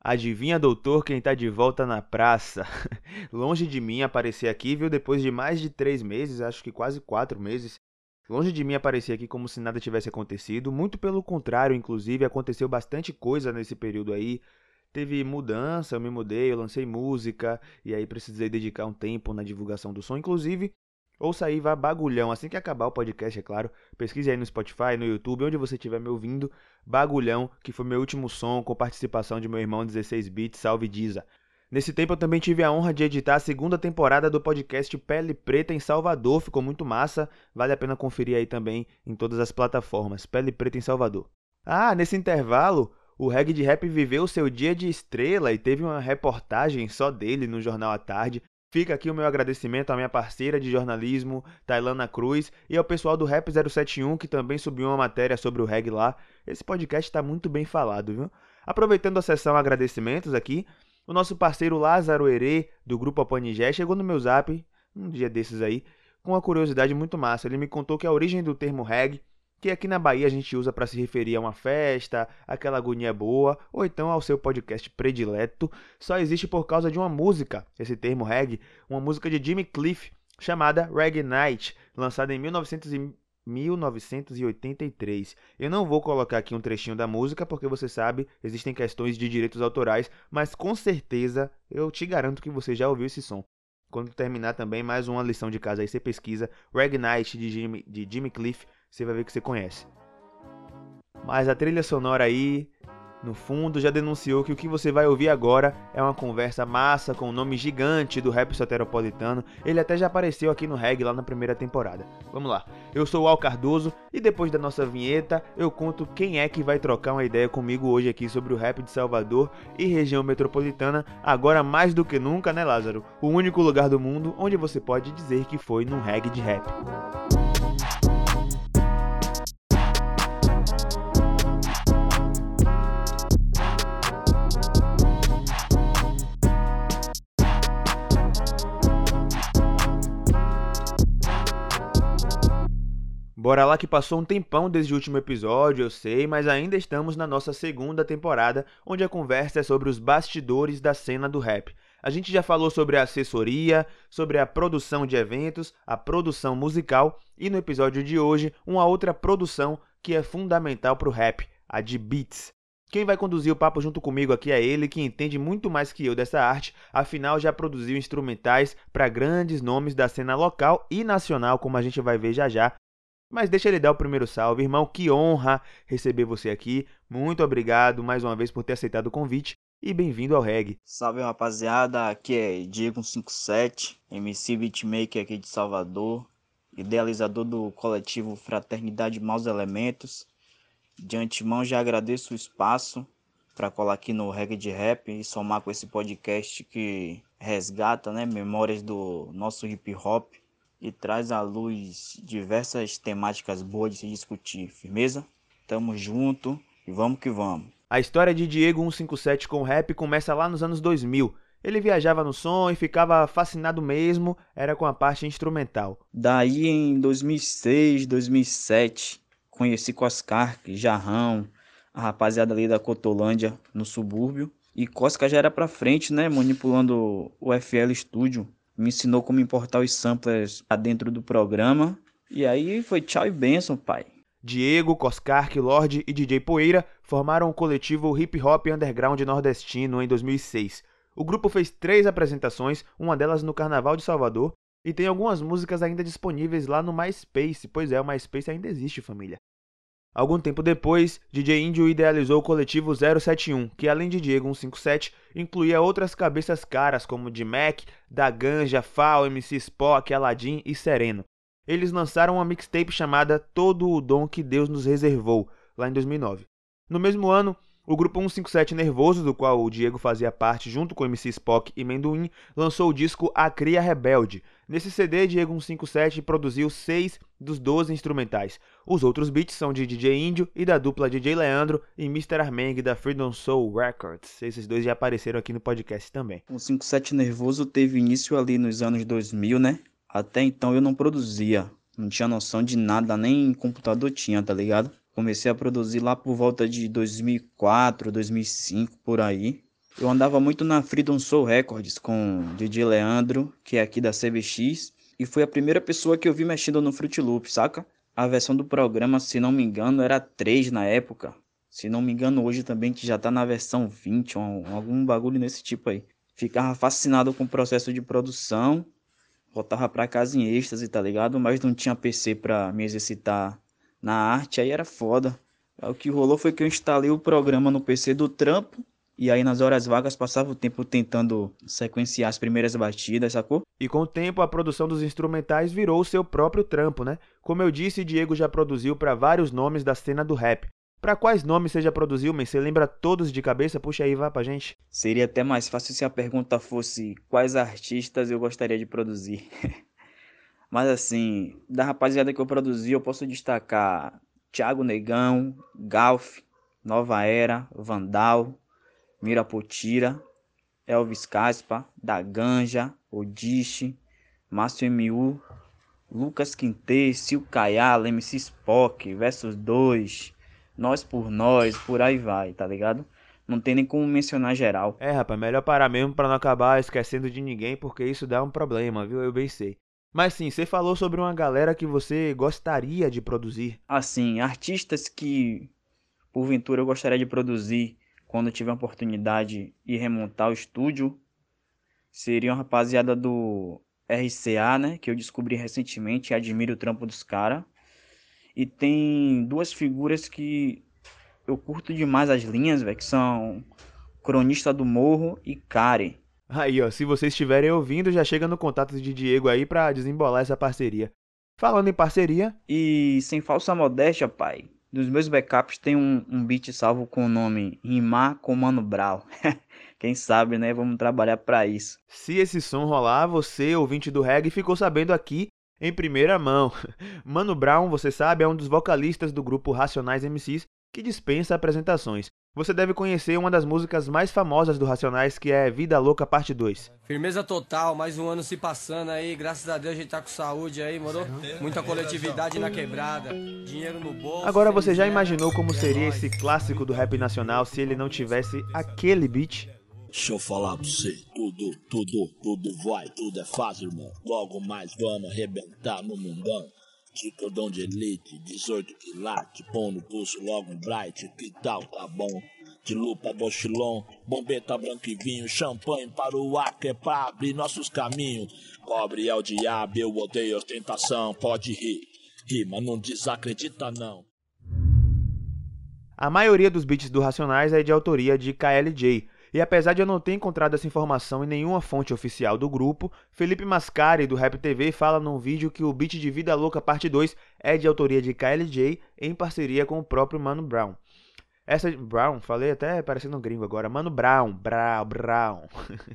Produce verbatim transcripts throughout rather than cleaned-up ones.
Adivinha, doutor, quem tá de volta na praça? Longe de mim aparecer aqui, viu? Depois de mais de três meses, acho que quase quatro meses. Longe de mim aparecer aqui como se nada tivesse acontecido. Muito pelo contrário, inclusive, aconteceu bastante coisa nesse período aí. Teve mudança, eu me mudei, eu lancei música, e aí precisei dedicar um tempo na divulgação do som. Inclusive, ouça aí, vá bagulhão, assim que acabar o podcast, é claro. Pesquise aí no Spotify, no YouTube, onde você estiver me ouvindo. Bagulhão, que foi meu último som com participação de meu irmão dezesseis bits, salve Diza. Nesse tempo eu também tive a honra de editar a segunda temporada do podcast Pele Preta em Salvador, ficou muito massa, vale a pena conferir aí também em todas as plataformas, Pele Preta em Salvador. Ah, nesse intervalo, o Reggae de Rap viveu seu dia de estrela e teve uma reportagem só dele no Jornal à Tarde. Fica aqui o meu agradecimento à minha parceira de jornalismo, Tailana Cruz, e ao pessoal do Rap zero sete um, que também subiu uma matéria sobre o reggae lá. Esse podcast está muito bem falado, viu? Aproveitando a sessão agradecimentos aqui, o nosso parceiro Lázaro Herê, do Grupo Apanigé, chegou no meu zap, um dia desses aí, com uma curiosidade muito massa. Ele me contou que a origem do termo reggae, que aqui na Bahia a gente usa para se referir a uma festa, aquela agonia boa, ou então ao seu podcast predileto, só existe por causa de uma música, esse termo reggae, uma música de Jimmy Cliff, chamada Reggae Night, lançada em mil novecentos e oitenta e três. Eu não vou colocar aqui um trechinho da música, porque você sabe, existem questões de direitos autorais, mas com certeza eu te garanto que você já ouviu esse som. Quando terminar também, mais uma lição de casa aí, você pesquisa Reggae Night de Jimmy, de Jimmy Cliff, você vai ver que você conhece. Mas a trilha sonora aí, no fundo, já denunciou que o que você vai ouvir agora é uma conversa massa com um nome gigante do rap soteropolitano. Ele até já apareceu aqui no Reggae lá na primeira temporada. Vamos lá, eu sou o Al Cardoso e depois da nossa vinheta eu conto quem é que vai trocar uma ideia comigo hoje aqui sobre o rap de Salvador e região metropolitana, agora mais do que nunca, né, Lázaro? O único lugar do mundo onde você pode dizer que foi num reggae de rap. Bora lá que passou um tempão desde o último episódio, eu sei, mas ainda estamos na nossa segunda temporada, onde a conversa é sobre os bastidores da cena do rap. A gente já falou sobre a assessoria, sobre a produção de eventos, a produção musical e no episódio de hoje, uma outra produção que é fundamental para o rap, a de beats. Quem vai conduzir o papo junto comigo aqui é ele, que entende muito mais que eu dessa arte, afinal já produziu instrumentais para grandes nomes da cena local e nacional, como a gente vai ver já já. Mas deixa ele dar o primeiro salve. Irmão, que honra receber você aqui. Muito obrigado mais uma vez por ter aceitado o convite e bem-vindo ao Reggae. Salve, rapaziada, aqui é Diego cento e cinquenta e sete, M C beatmaker aqui de Salvador, idealizador do coletivo Fraternidade Maus Elementos. De antemão já agradeço o espaço para colar aqui no Reggae de Rap e somar com esse podcast que resgata, né, memórias do nosso hip hop e traz à luz diversas temáticas boas de se discutir. Firmeza? Tamo junto e vamos que vamos. A história de Diego cento e cinquenta e sete com rap começa lá nos anos dois mil. Ele viajava no som e ficava fascinado mesmo, era com a parte instrumental. Daí em dois mil e seis, dois mil e sete, conheci Coscark, Jarrão, a rapaziada ali da Cotolândia no subúrbio. E Cosca já era pra frente, né, manipulando o F L Studio. Me ensinou como importar os samplers dentro do programa. E aí foi tchau e benção, pai. Diego, Coscark, Lorde e D J Poeira formaram o coletivo Hip Hop Underground Nordestino em dois mil e seis. O grupo fez três apresentações, uma delas no Carnaval de Salvador, e tem algumas músicas ainda disponíveis lá no MySpace. Pois é, o MySpace ainda existe, família. Algum tempo depois, D J Índio idealizou o coletivo zero sete um, que além de Diego cento e cinquenta e sete, incluía outras cabeças caras como D-Mac, Da Ganja, Fal, M C Spock, Aladdin e Sereno. Eles lançaram uma mixtape chamada Todo o Dom que Deus nos Reservou, lá em dois mil e nove. No mesmo ano, o grupo cento e cinquenta e sete Nervoso, do qual o Diego fazia parte junto com M C Spock e Mendoim, lançou o disco A Cria Rebelde. Nesse C D, Diego cento e cinquenta e sete produziu seis dos doze instrumentais. Os outros beats são de D J Índio e da dupla D J Leandro e mister Armeng da Freedom Soul Records. Esses dois já apareceram aqui no podcast também. O cinquenta e sete Nervoso teve início ali nos anos dois mil, né? Até então eu não produzia, não tinha noção de nada, nem computador tinha, tá ligado? Comecei a produzir lá por volta de dois mil e quatro, dois mil e cinco, por aí. Eu andava muito na Freedom Soul Records com D J Leandro, que é aqui da C B X, e foi a primeira pessoa que eu vi mexendo no Fruit Loop, saca? A versão do programa, se não me engano, era três na época. Se não me engano, hoje também que já tá na versão vinte, ou algum bagulho nesse tipo aí. Ficava fascinado com o processo de produção, voltava pra casa em êxtase, tá ligado? Mas não tinha P C pra me exercitar na arte, aí era foda. Aí o que rolou foi que eu instalei o programa no P C do trampo, e aí nas horas vagas passava o tempo tentando sequenciar as primeiras batidas, sacou? E com o tempo, a produção dos instrumentais virou o seu próprio trampo, né? Como eu disse, Diego já produziu para vários nomes da cena do rap. Para quais nomes você já produziu, mas você lembra todos de cabeça? Puxa aí, vá pra gente. Seria até mais fácil se a pergunta fosse quais artistas eu gostaria de produzir. Mas assim, da rapaziada que eu produzi, eu posso destacar Thiago Negão, Galf, Nova Era, Vandal, Mirapotira, Elvis Caspa, Da Ganja, Odiche, Márcio M U, Lucas Quintê, Sil Kayala, M C Spock, Versus dois, Nós por Nós, por aí vai, tá ligado? Não tem nem como mencionar geral. É, rapaz, melhor parar mesmo pra não acabar esquecendo de ninguém, porque isso dá um problema, viu? Eu bem sei. Mas sim, você falou sobre uma galera que você gostaria de produzir. Assim, artistas que porventura eu gostaria de produzir quando tiver a oportunidade e remontar o estúdio seriam a rapaziada do R C A, né? Que eu descobri recentemente e admiro o trampo dos caras. E tem duas figuras que eu curto demais as linhas, velho, que são Cronista do Morro e Karen. Aí, ó, se vocês estiverem ouvindo, já chega no contato de Diego aí pra desembolar essa parceria. Falando em parceria, E sem falsa modéstia, pai, nos meus backups tem um, um beat salvo com o nome Rimar com Mano Brown. Quem sabe, né? Vamos trabalhar pra isso. se esse som rolar, você, ouvinte do reggae, ficou sabendo aqui em primeira mão. Mano Brown, você sabe, é um dos vocalistas do grupo Racionais M Cs que dispensa apresentações. Você deve conhecer uma das músicas mais famosas do Racionais, que é Vida Louca Parte dois. Firmeza total, mais um ano se passando aí, graças a Deus a gente tá com saúde aí, moro? Muita coletividade na quebrada, dinheiro no bolso. Agora você já imaginou como seria esse clássico do rap nacional se ele não tivesse aquele beat? Deixa eu falar pra você, tudo, tudo, tudo vai, tudo é fácil, irmão. Logo mais vamos arrebentar no mundão. De cordão de elite, dezoito quilates, pão no pulso, logo um bright, que tal, tá bom? De lupa, mochilão, bombeta branco e vinho, champanhe para o ar, que é pra abrir nossos caminhos. Pobre é o diabo, eu odeio ostentação, pode rir, rir, mas não desacredita não. A maioria dos beats do Racionais é de autoria de K L J, e apesar de eu não ter encontrado essa informação em nenhuma fonte oficial do grupo, Felipe Mascari, do Rap T V, fala num vídeo que o beat de Vida Louca Parte dois é de autoria de K L J em parceria com o próprio Mano Brown. Essa Brown, falei até parecendo um gringo agora, Mano Brown, Brown, Brown.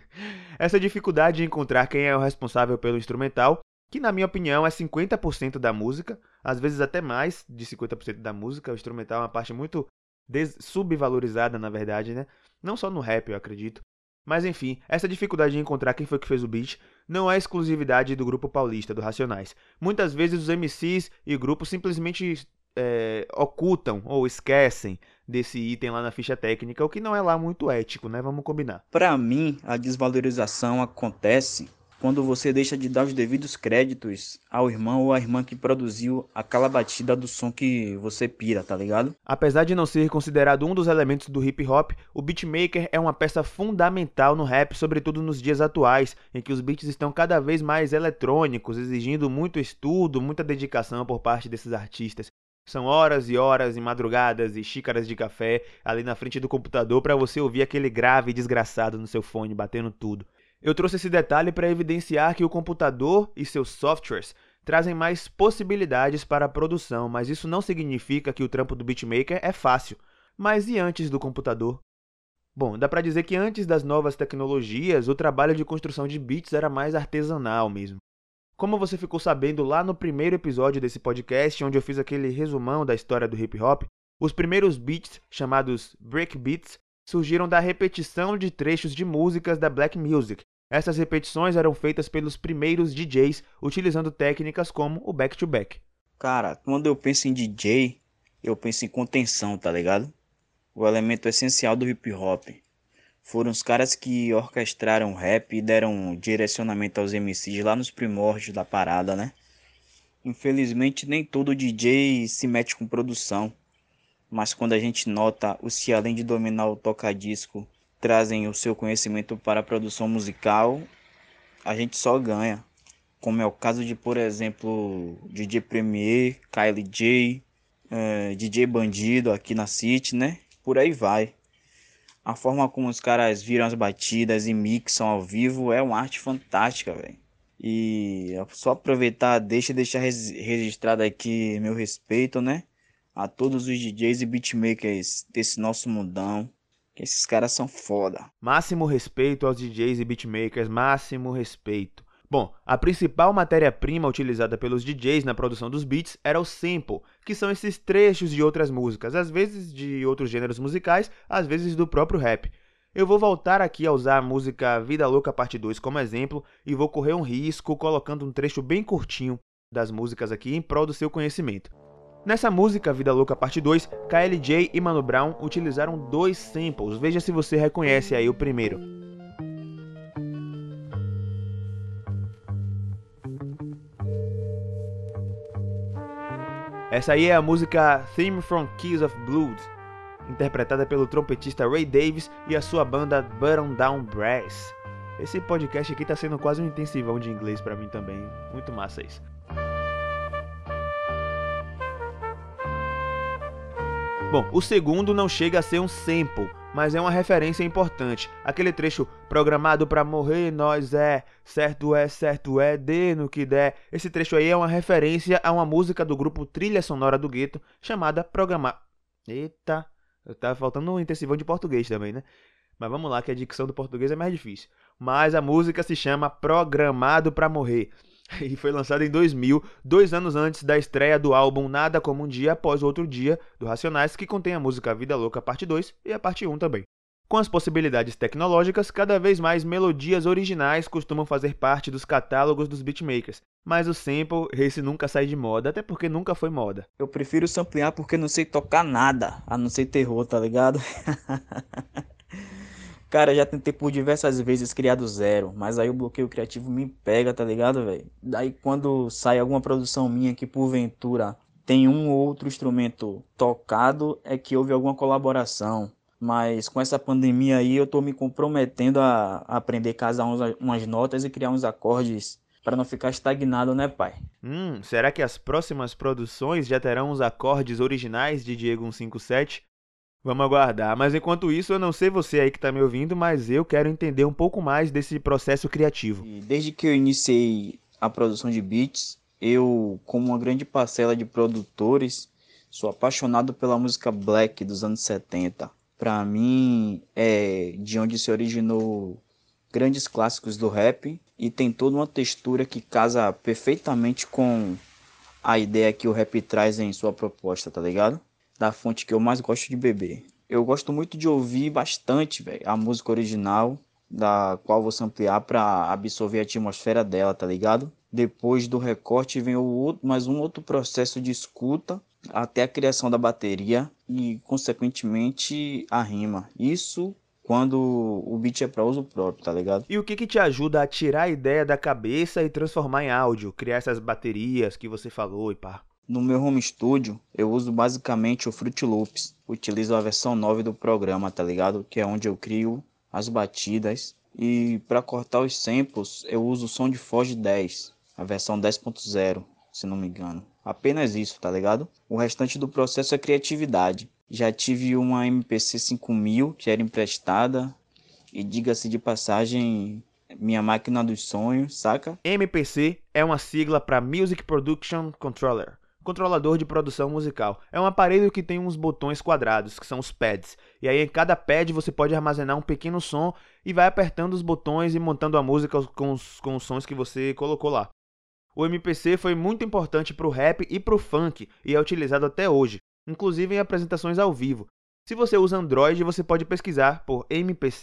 Essa dificuldade de encontrar quem é o responsável pelo instrumental, que na minha opinião é cinquenta por cento da música, às vezes até mais de cinquenta por cento da música, o instrumental é uma parte muito des- subvalorizada, na verdade, né? Não só no rap, eu acredito. Mas enfim, essa dificuldade de encontrar quem foi que fez o beat não é exclusividade do grupo paulista, do Racionais. Muitas vezes os M Cs e grupos simplesmente é, ocultam ou esquecem desse item lá na ficha técnica, o que não é lá muito ético, né? Vamos combinar. Pra mim, a desvalorização acontece quando você deixa de dar os devidos créditos ao irmão ou à irmã que produziu aquela batida do som que você pira, tá ligado? Apesar de não ser considerado um dos elementos do hip hop, o beatmaker é uma peça fundamental no rap, sobretudo nos dias atuais, em que os beats estão cada vez mais eletrônicos, exigindo muito estudo, muita dedicação por parte desses artistas. São horas e horas e madrugadas e xícaras de café ali na frente do computador para você ouvir aquele grave desgraçado no seu fone batendo tudo. Eu trouxe esse detalhe para evidenciar que o computador e seus softwares trazem mais possibilidades para a produção, mas isso não significa que o trampo do beatmaker é fácil. Mas e antes do computador? Bom, dá para dizer que antes das novas tecnologias, o trabalho de construção de beats era mais artesanal mesmo. Como você ficou sabendo lá no primeiro episódio desse podcast, onde eu fiz aquele resumão da história do hip hop, os primeiros beats, chamados breakbeats, surgiram da repetição de trechos de músicas da Black Music. Essas repetições eram feitas pelos primeiros D Js, utilizando técnicas como o back-to-back. Cara, quando eu penso em D J, eu penso em contenção, tá ligado? O elemento essencial do hip hop. Foram os caras que orquestraram o rap e deram direcionamento aos M Cs lá nos primórdios da parada, né? Infelizmente nem todo D J se mete com produção, mas quando a gente nota os que além de dominar o toca-disco, trazem o seu conhecimento para a produção musical, a gente só ganha. Como é o caso de, por exemplo, D J Premier, K L J, eh, D J Bandido aqui na City, né? Por aí vai. A forma como os caras viram as batidas e mixam ao vivo é uma arte fantástica, velho. E só aproveitar, deixa deixar res- registrado aqui meu respeito, né? A todos os D Js e beatmakers desse nosso mundão. Que esses caras são foda. Máximo respeito aos D Js e beatmakers, máximo respeito. Bom, a principal matéria-prima utilizada pelos D Js na produção dos beats era o sample, que são esses trechos de outras músicas, às vezes de outros gêneros musicais, às vezes do próprio rap. Eu vou voltar aqui a usar a música Vida Louca Parte dois como exemplo e vou correr um risco colocando um trecho bem curtinho das músicas aqui em prol do seu conhecimento. Nessa música Vida Louca Parte dois, K L J e Mano Brown utilizaram dois samples, veja se você reconhece aí o primeiro. Essa aí é a música Theme from Keys of Blues, interpretada pelo trompetista Ray Davis e a sua banda Button Down Brass. Esse podcast aqui tá sendo quase um intensivão de inglês pra mim também, muito massa isso. Bom, o segundo não chega a ser um sample, mas é uma referência importante. Aquele trecho programado pra morrer nós é, certo é, certo é, dê no que der. Esse trecho aí é uma referência a uma música do grupo Trilha Sonora do Gueto, chamada Programar... Eita, tá faltando um intensivão de português também, né? Mas vamos lá que a dicção do português é mais difícil. Mas a música se chama Programado pra Morrer. E foi lançada em dois mil, dois anos antes da estreia do álbum Nada Como Um Dia Após Outro Dia, do Racionais, que contém a música Vida Louca Parte dois e a Parte um também. Com as possibilidades tecnológicas, cada vez mais melodias originais costumam fazer parte dos catálogos dos beatmakers. Mas o sample, esse nunca sai de moda, até porque nunca foi moda. Eu prefiro samplear porque não sei tocar nada, a não ser terror, tá ligado? Cara, já tentei por diversas vezes criar do zero, mas aí o bloqueio criativo me pega, tá ligado, velho? Daí quando sai alguma produção minha que porventura tem um ou outro instrumento tocado, é que houve alguma colaboração. Mas com essa pandemia aí eu tô me comprometendo a aprender a casar uns, umas notas e criar uns acordes para não ficar estagnado, né, pai? Hum, será que as próximas produções já terão os acordes originais de Diego cento e cinquenta e sete? Vamos aguardar, mas enquanto isso eu não sei você aí que tá me ouvindo, mas eu quero entender um pouco mais desse processo criativo. E desde que eu iniciei a produção de beats, eu, como uma grande parcela de produtores, sou apaixonado pela música black dos anos setenta. Para mim é de onde se originou grandes clássicos do rap e tem toda uma textura que casa perfeitamente com a ideia que o rap traz em sua proposta, tá ligado? Da fonte que eu mais gosto de beber. Eu gosto muito de ouvir bastante, velho, a música original, da qual vou samplear para absorver a atmosfera dela, tá ligado? Depois do recorte vem o outro, mais um outro processo de escuta até a criação da bateria e, consequentemente, a rima. Isso quando o beat é para uso próprio, tá ligado? E o que que te ajuda a tirar a ideia da cabeça e transformar em áudio, criar essas baterias que você falou e pá? No meu home studio, eu uso basicamente o Fruit Loops. Utilizo a versão nove do programa, tá ligado? Que é onde eu crio as batidas. E para cortar os samples, eu uso o SoundForge dez, a versão dez ponto zero, se não me engano. Apenas isso, tá ligado? O restante do processo é criatividade. Já tive uma M P C cinco mil que era emprestada. E diga-se de passagem, minha máquina dos sonhos, saca? M P C é uma sigla para Music Production Controller, controlador de produção musical. É um aparelho que tem uns botões quadrados, que são os pads. E aí em cada pad você pode armazenar um pequeno som e vai apertando os botões e montando a música com os, com os sons que você colocou lá. O M P C foi muito importante para o rap e para o funk e é utilizado até hoje, inclusive em apresentações ao vivo. Se você usa Android, você pode pesquisar por M P C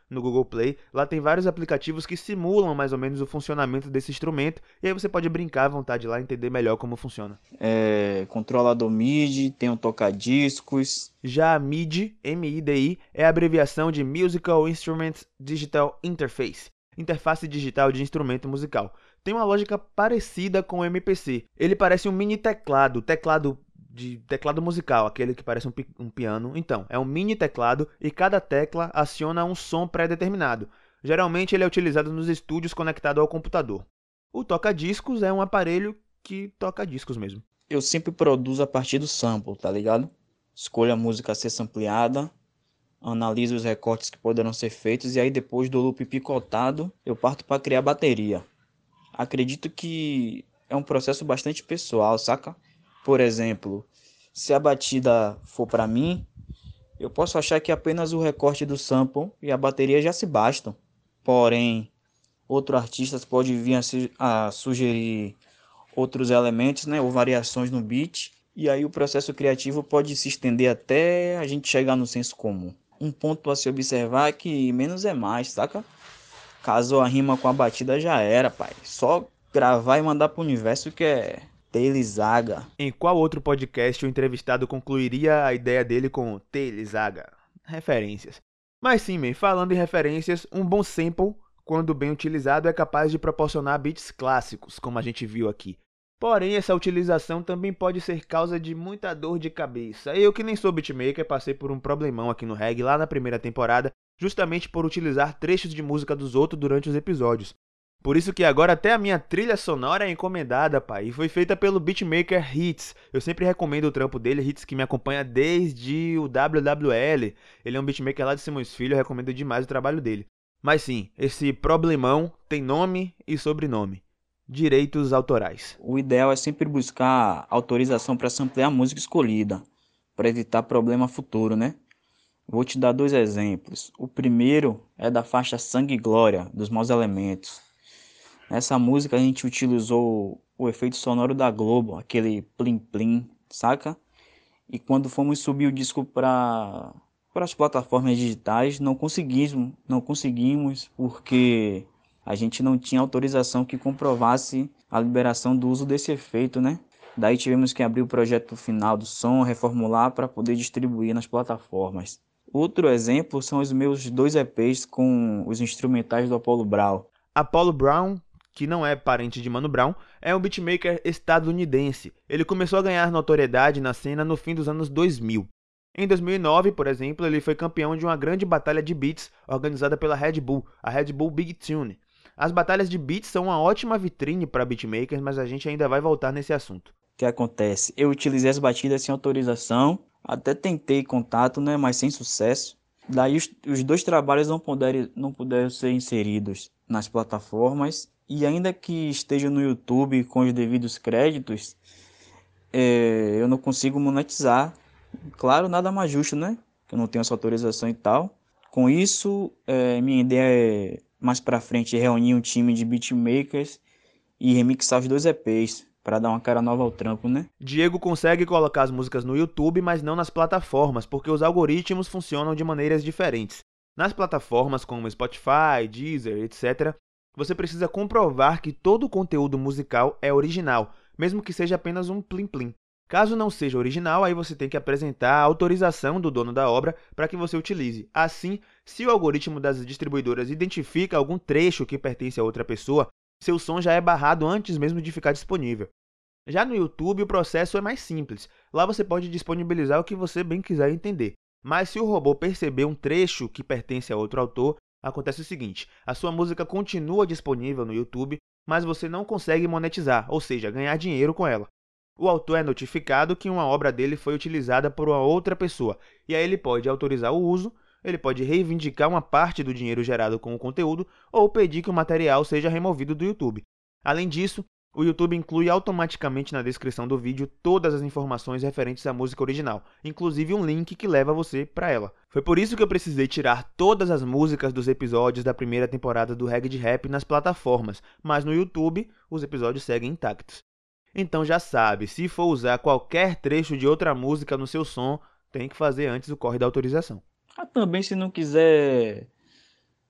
no Google Play. Lá tem vários aplicativos que simulam mais ou menos o funcionamento desse instrumento, e aí você pode brincar à vontade lá e entender melhor como funciona. É, controlador M I D I, tem o toca-discos. Já a M I D I, M I D I, é a abreviação de Musical Instrument Digital Interface, interface digital de instrumento musical. Tem uma lógica parecida com o M P C. Ele parece um mini teclado, teclado de teclado musical, aquele que parece um, pi um piano. Então, é um mini teclado e cada tecla aciona um som pré-determinado. Geralmente ele é utilizado nos estúdios conectado ao computador. O toca-discos é um aparelho que toca discos mesmo. Eu sempre produzo a partir do sample, tá ligado? Escolho a música a ser sampleada, analiso os recortes que poderão ser feitos e aí depois do loop picotado eu parto para criar a bateria. Acredito que é um processo bastante pessoal, saca? Por exemplo, se a batida for para mim, eu posso achar que apenas o recorte do sample e a bateria já se bastam. Porém, outro artista pode vir a, se, a sugerir outros elementos, né, ou variações no beat, e aí o processo criativo pode se estender até a gente chegar no senso comum. Um ponto a se observar é que menos é mais, saca? Caso a rima com a batida já era, pai. Só gravar e mandar pro universo que é Telizaga. Em qual outro podcast o entrevistado concluiria a ideia dele com Telizaga? Referências. Mas sim, man, falando em referências, um bom sample, quando bem utilizado, é capaz de proporcionar beats clássicos, como a gente viu aqui. Porém, essa utilização também pode ser causa de muita dor de cabeça. Eu, que nem sou beatmaker, passei por um problemão aqui no reggae lá na primeira temporada, justamente por utilizar trechos de música dos outros durante os episódios. Por isso que agora até a minha trilha sonora é encomendada, pai, e foi feita pelo beatmaker Hits. Eu sempre recomendo o trampo dele, Hits, que me acompanha desde o W W L. Ele é um beatmaker lá de Simões Filho, eu recomendo demais o trabalho dele. Mas sim, esse problemão tem nome e sobrenome: direitos autorais. O ideal é sempre buscar autorização para samplear a música escolhida, para evitar problema futuro, né? Vou te dar dois exemplos. O primeiro é da faixa Sangue e Glória, dos Maus Elementos. Nessa música a gente utilizou o efeito sonoro da Globo, aquele plim plim, saca? E quando fomos subir o disco para para as plataformas digitais, não conseguimos, não conseguimos porque a gente não tinha autorização que comprovasse a liberação do uso desse efeito, né? Daí tivemos que abrir o projeto final do som, reformular para poder distribuir nas plataformas. Outro exemplo são os meus dois E Pês com os instrumentais do Apollo Brown. Apollo Brown, que não é parente de Mano Brown, é um beatmaker estadunidense. Ele começou a ganhar notoriedade na cena no fim dos anos dois mil. Em dois mil e nove, por exemplo, ele foi campeão de uma grande batalha de beats organizada pela Red Bull, a Red Bull Big Tune. As batalhas de beats são uma ótima vitrine para beatmakers, mas a gente ainda vai voltar nesse assunto. O que acontece? Eu utilizei as batidas sem autorização, até tentei contato, né, mas sem sucesso. Daí os, os dois trabalhos não puderam, não puderam ser inseridos nas plataformas. E ainda que esteja no YouTube com os devidos créditos, é, eu não consigo monetizar. Claro, nada mais justo, né? Que eu não tenho essa autorização e tal. Com isso, é, minha ideia é, mais pra frente, reunir um time de beatmakers e remixar os dois E Pês, para dar uma cara nova ao trampo, né? Diego consegue colocar as músicas no YouTube, mas não nas plataformas, porque os algoritmos funcionam de maneiras diferentes. Nas plataformas como Spotify, Deezer, etcétera, você precisa comprovar que todo o conteúdo musical é original, mesmo que seja apenas um plim-plim. Caso não seja original, aí você tem que apresentar a autorização do dono da obra para que você utilize. Assim, se o algoritmo das distribuidoras identifica algum trecho que pertence a outra pessoa, seu som já é barrado antes mesmo de ficar disponível. Já no YouTube, o processo é mais simples. Lá você pode disponibilizar o que você bem quiser entender. Mas se o robô perceber um trecho que pertence a outro autor, acontece o seguinte: a sua música continua disponível no YouTube, mas você não consegue monetizar, ou seja, ganhar dinheiro com ela. O autor é notificado que uma obra dele foi utilizada por uma outra pessoa, e aí ele pode autorizar o uso, ele pode reivindicar uma parte do dinheiro gerado com o conteúdo, ou pedir que o material seja removido do YouTube. Além disso, o YouTube inclui automaticamente na descrição do vídeo todas as informações referentes à música original, inclusive um link que leva você para ela. Foi por isso que eu precisei tirar todas as músicas dos episódios da primeira temporada do Reggae de Rap nas plataformas, mas no YouTube os episódios seguem intactos. Então já sabe, se for usar qualquer trecho de outra música no seu som, tem que fazer antes o corre da autorização. Ah, também se não quiser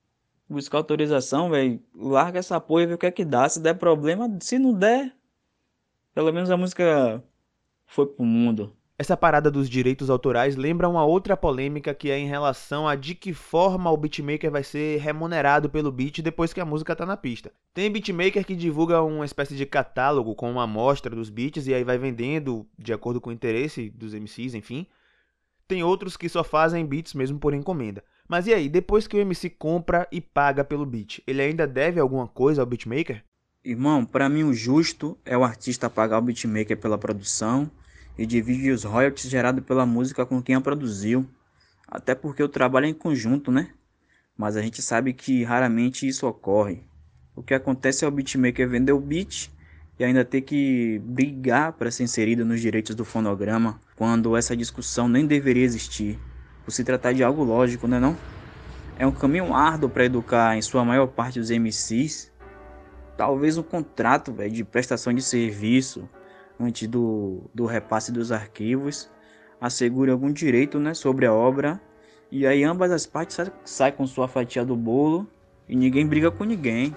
buscar autorização, velho. Larga essa porra e vê o que é que dá. Se der problema, se não der, pelo menos a música foi pro mundo. Essa parada dos direitos autorais lembra uma outra polêmica que é em relação a de que forma o beatmaker vai ser remunerado pelo beat depois que a música tá na pista. Tem beatmaker que divulga uma espécie de catálogo com uma amostra dos beats e aí vai vendendo de acordo com o interesse dos M Cs, enfim. Tem outros que só fazem beats mesmo por encomenda. Mas e aí, depois que o M C compra e paga pelo beat, ele ainda deve alguma coisa ao beatmaker? Irmão, pra mim o justo é o artista pagar o beatmaker pela produção e dividir os royalties gerados pela música com quem a produziu. Até porque o trabalho é em conjunto, né? Mas a gente sabe que raramente isso ocorre. O que acontece é o beatmaker vender o beat e ainda ter que brigar para ser inserido nos direitos do fonograma, quando essa discussão nem deveria existir, por se tratar de algo lógico, né não? É um caminho árduo para educar em sua maior parte os M Cs. Talvez um contrato, véio, de prestação de serviço antes do, do repasse dos arquivos assegure algum direito, né, sobre a obra, e aí ambas as partes saem sai com sua fatia do bolo e ninguém briga com ninguém.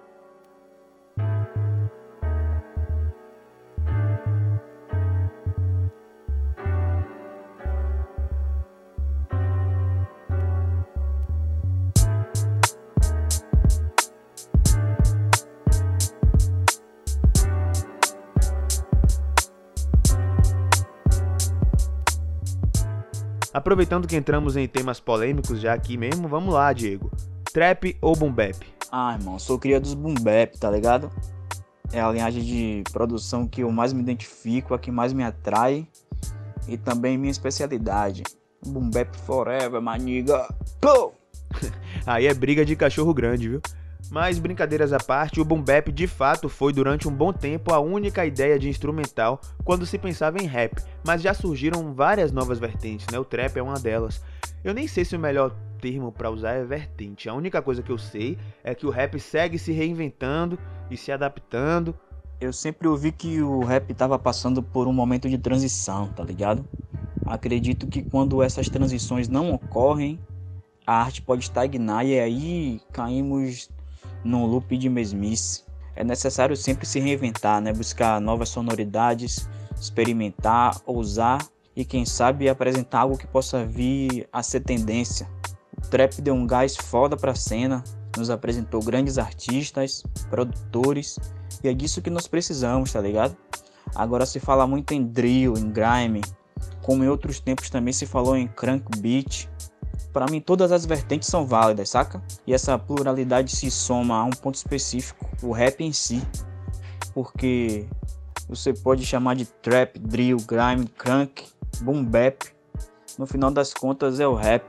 Aproveitando que entramos em temas polêmicos já aqui mesmo, vamos lá, Diego. Trap ou boom bap? Ah, irmão, sou cria dos boom bap, tá ligado? É a linhagem de produção que eu mais me identifico, a que mais me atrai e também minha especialidade. Boom bap forever, my nigga. Go! Aí é briga de cachorro grande, viu? Mas brincadeiras à parte, o boom bap de fato foi durante um bom tempo a única ideia de instrumental quando se pensava em rap, mas já surgiram várias novas vertentes, né? O trap é uma delas. Eu nem sei se o melhor termo para usar é vertente, a única coisa que eu sei é que o rap segue se reinventando e se adaptando. Eu sempre ouvi que o rap tava passando por um momento de transição, tá ligado? Acredito que quando essas transições não ocorrem, a arte pode estagnar e aí caímos num loop de mesmice. É necessário sempre se reinventar, né? Buscar novas sonoridades, experimentar, ousar e quem sabe apresentar algo que possa vir a ser tendência. O trap deu um gás foda pra cena, nos apresentou grandes artistas, produtores e é disso que nós precisamos, tá ligado? Agora se fala muito em drill, em grime, como em outros tempos também se falou em crunk beat. Para mim todas as vertentes são válidas, saca? E essa pluralidade se soma a um ponto específico, o rap em si. Porque você pode chamar de trap, drill, grime, crunk, boom bap. No final das contas é o rap.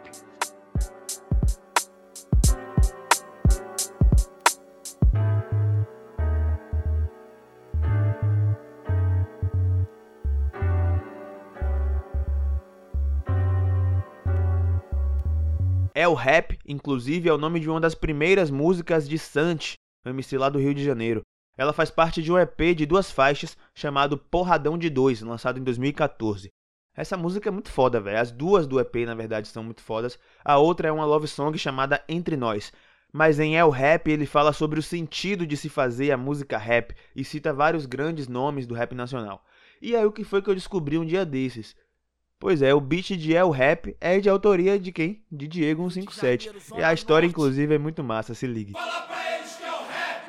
É o rap, inclusive, é o nome de uma das primeiras músicas de Santi, o M C lá do Rio de Janeiro. Ela faz parte de um E P de duas faixas chamado Porradão de Dois, lançado em dois mil e quatorze. Essa música é muito foda, velho. As duas do E P, na verdade, são muito fodas. A outra é uma love song chamada Entre Nós. Mas em É o Rap ele fala sobre o sentido de se fazer a música rap e cita vários grandes nomes do rap nacional. E aí o que foi que eu descobri um dia desses? Pois é, o beat de É o Rap é de autoria de quem? De Diego cento e cinquenta e sete. E a história, inclusive, é muito massa, se ligue. Fala pra eles que é o rap.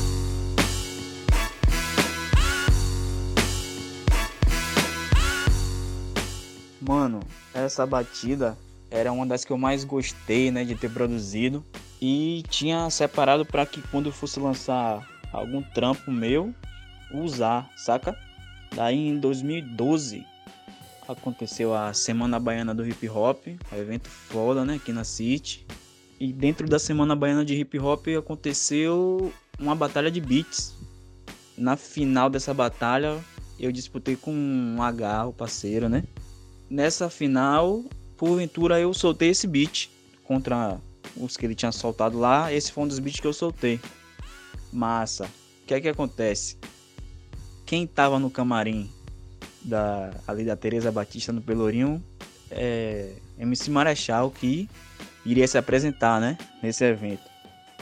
Mano, essa batida era uma das que eu mais gostei, né, de ter produzido. E tinha separado para que quando eu fosse lançar algum trampo meu, usar, saca? Daí em dois mil e doze... aconteceu a Semana Baiana do Hip Hop, um evento foda, né, aqui na City. E dentro da Semana Baiana de Hip Hop aconteceu uma batalha de beats. Na final dessa batalha eu disputei com um H, o parceiro, né. Nessa final, porventura eu soltei esse beat contra os que ele tinha soltado lá. Esse foi um dos beats que eu soltei. Massa. O que é que acontece? Quem tava no camarim Da, ali da Tereza Batista no Pelourinho, é M C Marechal, que iria se apresentar, né, nesse evento.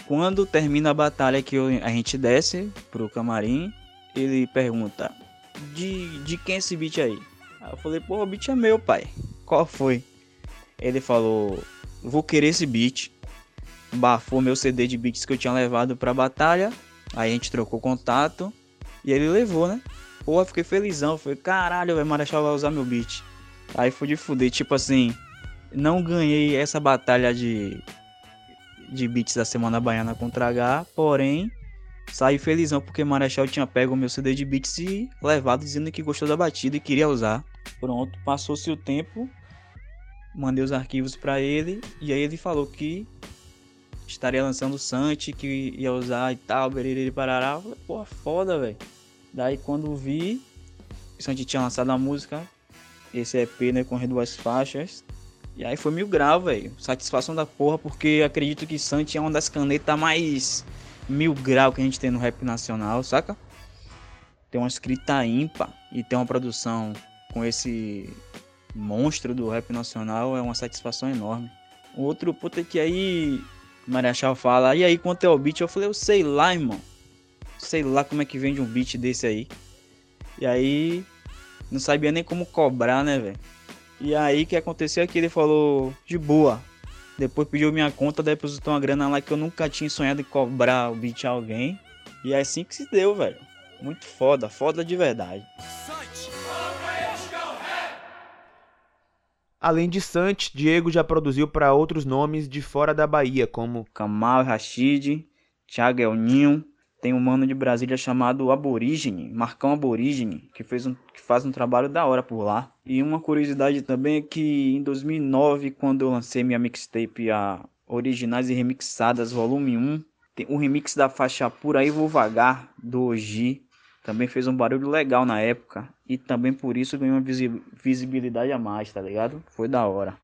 Quando termina a batalha que eu, a gente desce pro camarim, ele pergunta, de, de quem é esse beat aí? Aí eu falei, pô, o beat é meu, pai. Qual foi? Ele falou, vou querer esse beat. Bafou meu C D de beats que eu tinha levado pra batalha. Aí a gente trocou contato. E ele levou, né? Pô, eu fiquei felizão. Falei, caralho, o Marechal vai usar meu beat. Aí foi de fuder, tipo assim, não ganhei essa batalha de, de beats da Semana Baiana contra H, porém, saí felizão porque Marechal tinha pego o meu C D de beats e levado dizendo que gostou da batida e queria usar. Pronto, passou-se o tempo, mandei os arquivos pra ele e aí ele falou que estaria lançando o Santi, que ia usar e tal, bererê, parará. Eu falei, pô, foda, velho. Daí quando vi, o Santi tinha lançado a música, esse E P, né, com as duas faixas. E aí foi mil grau, velho. Satisfação da porra, porque acredito que Santi é uma das canetas mais mil grau que a gente tem no rap nacional, saca? Tem uma escrita ímpar e tem uma produção com esse monstro do rap nacional, é uma satisfação enorme. O outro puta que aí Marechal fala, e aí quanto é o beat? Eu falei, eu sei lá, irmão. Sei lá como é que vende um beat desse aí. E aí não sabia nem como cobrar, né, velho? E aí o que aconteceu é que ele falou, de boa. Depois pediu minha conta, depositou uma grana lá que eu nunca tinha sonhado em cobrar o beat a alguém. E é assim que se deu, velho. Muito foda, foda de verdade. Além de Santi, Diego já produziu para outros nomes de fora da Bahia, como Kamal Rashid, Thiago El Ninho. Tem um mano de Brasília chamado Aborígene, Marcão Aborígene, que, fez um, que faz um trabalho da hora por lá. E uma curiosidade também é que em dois mil e nove, quando eu lancei minha mixtape a Originais e Remixadas, volume um, tem o remix da faixa Por Aí Vou Vagar, do Oji, também fez um barulho legal na época. E também por isso ganhou uma visi- visibilidade a mais, tá ligado? Foi da hora.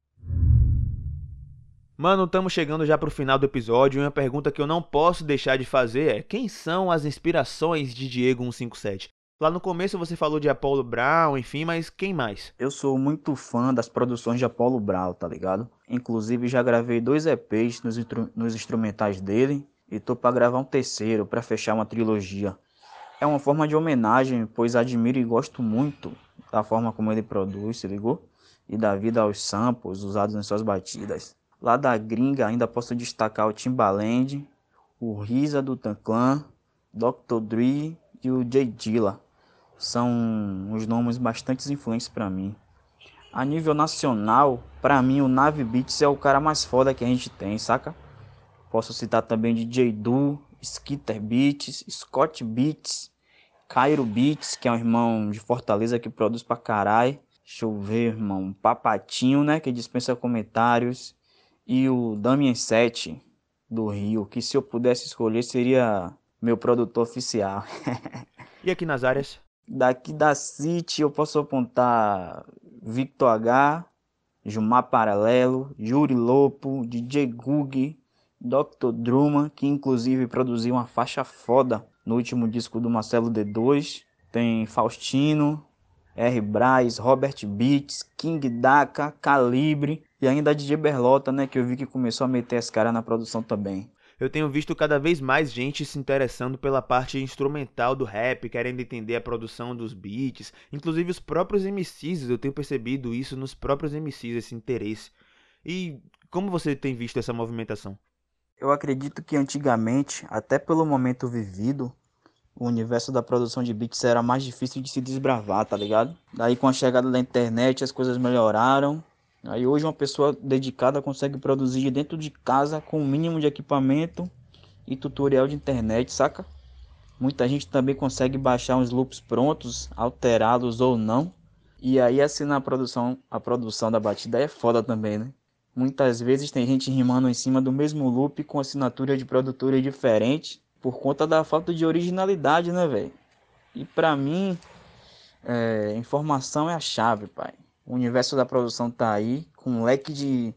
Mano, estamos chegando já pro final do episódio e uma pergunta que eu não posso deixar de fazer é: quem são as inspirações de Diego cento e cinquenta e sete? Lá no começo você falou de Apollo Brown, enfim, mas quem mais? Eu sou muito fã das produções de Apollo Brown, tá ligado? Inclusive já gravei dois E Ps nos, intru- nos instrumentais dele e tô pra gravar um terceiro pra fechar uma trilogia. É uma forma de homenagem, pois admiro e gosto muito da forma como ele produz, se ligou? E da vida aos samples usados em suas batidas. Lá da gringa ainda posso destacar o Timbaland, o RZA do Tan Clan, doutor Dre e o J Dilla. São uns nomes bastante influentes para mim. A nível nacional, para mim o Nave Beats é o cara mais foda que a gente tem, saca? Posso citar também D J Du, Skitter Beats, Scott Beats, Cairo Beats, que é um irmão de Fortaleza que produz pra caralho. Deixa eu ver, irmão. Papatinho, né? Que dispensa comentários. E o Damien Sete, do Rio, que se eu pudesse escolher seria meu produtor oficial. E aqui nas áreas? Daqui da City eu posso apontar Victor H, Jumar Paralelo, Yuri Lopo, D J Gug, doutor Druma, que inclusive produziu uma faixa foda no último disco do Marcelo D dois. Tem Faustino, R. Braz, Robert Beats, King Daka, Calibre e ainda D J Berlota, né, que eu vi que começou a meter as caras na produção também. Eu tenho visto cada vez mais gente se interessando pela parte instrumental do rap, querendo entender a produção dos beats, inclusive os próprios M Cs, eu tenho percebido isso nos próprios M Cs, esse interesse. E como você tem visto essa movimentação? Eu acredito que antigamente, até pelo momento vivido, o universo da produção de beats era mais difícil de se desbravar, tá ligado? Daí com a chegada da internet as coisas melhoraram. Aí hoje uma pessoa dedicada consegue produzir dentro de casa com o mínimo de equipamento e tutorial de internet, saca? Muita gente também consegue baixar uns loops prontos, alterá-los ou não. E aí assinar a produção, a produção da batida é foda também, né? Muitas vezes tem gente rimando em cima do mesmo loop com assinatura de produtora diferente por conta da falta de originalidade, né, velho? E pra mim, é, informação é a chave, pai. O universo da produção tá aí, com um leque de...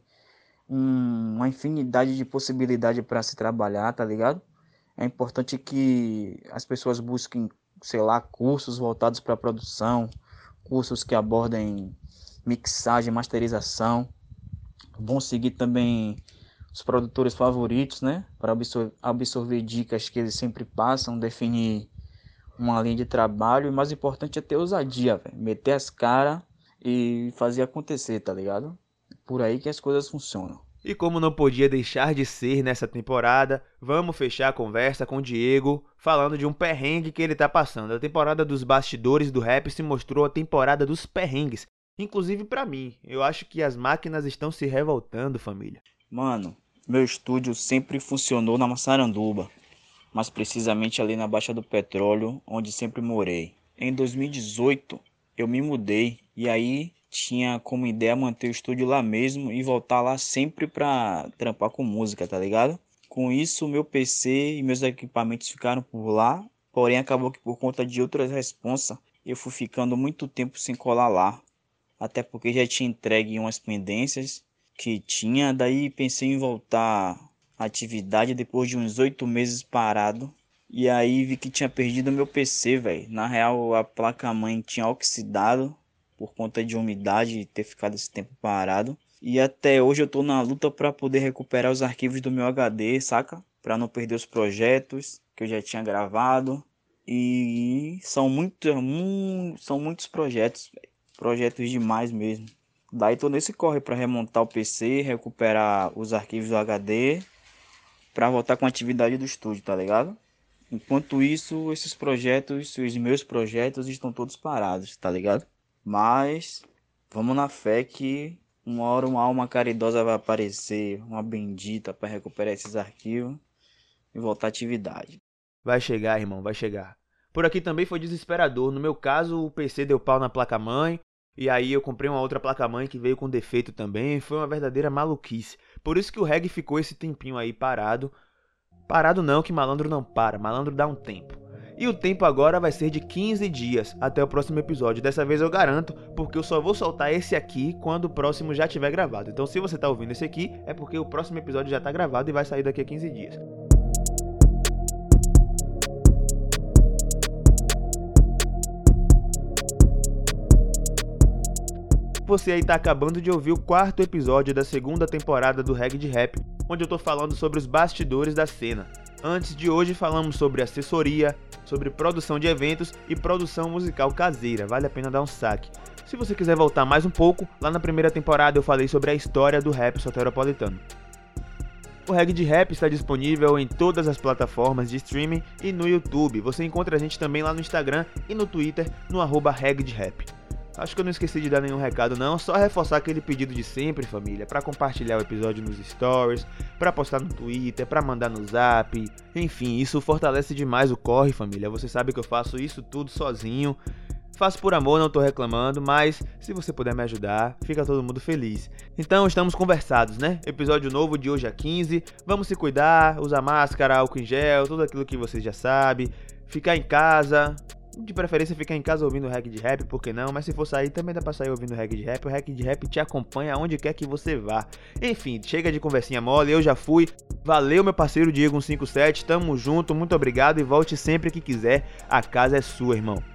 Um, uma infinidade de possibilidades para se trabalhar, tá ligado? É importante que as pessoas busquem, sei lá, cursos voltados para produção, cursos que abordem mixagem, masterização. Vão seguir também os produtores favoritos, né? Para absor- absorver dicas que eles sempre passam, definir uma linha de trabalho. E mais importante é ter ousadia, velho. Meter as caras e fazer acontecer, tá ligado? Por aí que as coisas funcionam. E como não podia deixar de ser nessa temporada, vamos fechar a conversa com o Diego falando de um perrengue que ele tá passando. A temporada dos bastidores do rap se mostrou a temporada dos perrengues. Inclusive pra mim, eu acho que as máquinas estão se revoltando, família. Mano, meu estúdio sempre funcionou na Massaranduba, mas precisamente ali na Baixa do Petróleo, onde sempre morei. Em dois mil e dezoito, eu me mudei e aí tinha como ideia manter o estúdio lá mesmo e voltar lá sempre pra trampar com música, tá ligado? Com isso, meu P C e meus equipamentos ficaram por lá, porém acabou que por conta de outras responsas, eu fui ficando muito tempo sem colar lá. Até porque já tinha entregue umas pendências que tinha, daí pensei em voltar à atividade depois de uns oito meses parado. E aí vi que tinha perdido meu P C, velho. Na real, a placa-mãe tinha oxidado por conta de umidade e ter ficado esse tempo parado. E até hoje eu tô na luta para poder recuperar os arquivos do meu H D, saca? Para não perder os projetos que eu já tinha gravado. E são, muito, mu- são muitos projetos, velho. Projetos demais mesmo. Daí tô nesse corre para remontar o P C, recuperar os arquivos do H D, para voltar com a atividade do estúdio, tá ligado? Enquanto isso, esses projetos, os meus projetos estão todos parados, tá ligado? Mas vamos na fé que uma hora uma alma caridosa vai aparecer, uma bendita, para recuperar esses arquivos e voltar à atividade. Vai chegar, irmão, vai chegar. Por aqui também foi desesperador. No meu caso, o P C deu pau na placa-mãe. E aí eu comprei uma outra placa-mãe que veio com defeito também. Foi uma verdadeira maluquice. Por isso que o reggae ficou esse tempinho aí parado. Parado não, que malandro não para. Malandro dá um tempo. E o tempo agora vai ser de quinze dias até o próximo episódio. Dessa vez eu garanto, porque eu só vou soltar esse aqui quando o próximo já tiver gravado. Então se você tá ouvindo esse aqui, é porque o próximo episódio já tá gravado e vai sair daqui a quinze dias. Você aí tá acabando de ouvir o quarto episódio da segunda temporada do Reggae de Rap, onde eu tô falando sobre os bastidores da cena. Antes de hoje falamos sobre assessoria, sobre produção de eventos e produção musical caseira, vale a pena dar um saque. Se você quiser voltar mais um pouco, lá na primeira temporada eu falei sobre a história do rap soteropolitano. O Reggae de Rap está disponível em todas as plataformas de streaming e no YouTube. Você encontra a gente também lá no Instagram e no Twitter, no arroba Reggae de Rap. Acho que eu não esqueci de dar nenhum recado não, só reforçar aquele pedido de sempre, família, para compartilhar o episódio nos stories, para postar no Twitter, para mandar no Zap, enfim, isso fortalece demais o corre, família. Você sabe que eu faço isso tudo sozinho, faço por amor, não tô reclamando, mas se você puder me ajudar, fica todo mundo feliz. Então estamos conversados, né? Episódio novo de hoje a quinze, vamos se cuidar, usar máscara, álcool em gel, tudo aquilo que vocês já sabem, ficar em casa. De preferência ficar em casa ouvindo reggae de rap, por que não? Mas se for sair, também dá pra sair ouvindo reggae de rap. O reggae de rap te acompanha aonde quer que você vá. Enfim, chega de conversinha mole, eu já fui. Valeu, meu parceiro Diego cento e cinquenta e sete, tamo junto, muito obrigado e volte sempre que quiser. A casa é sua, irmão.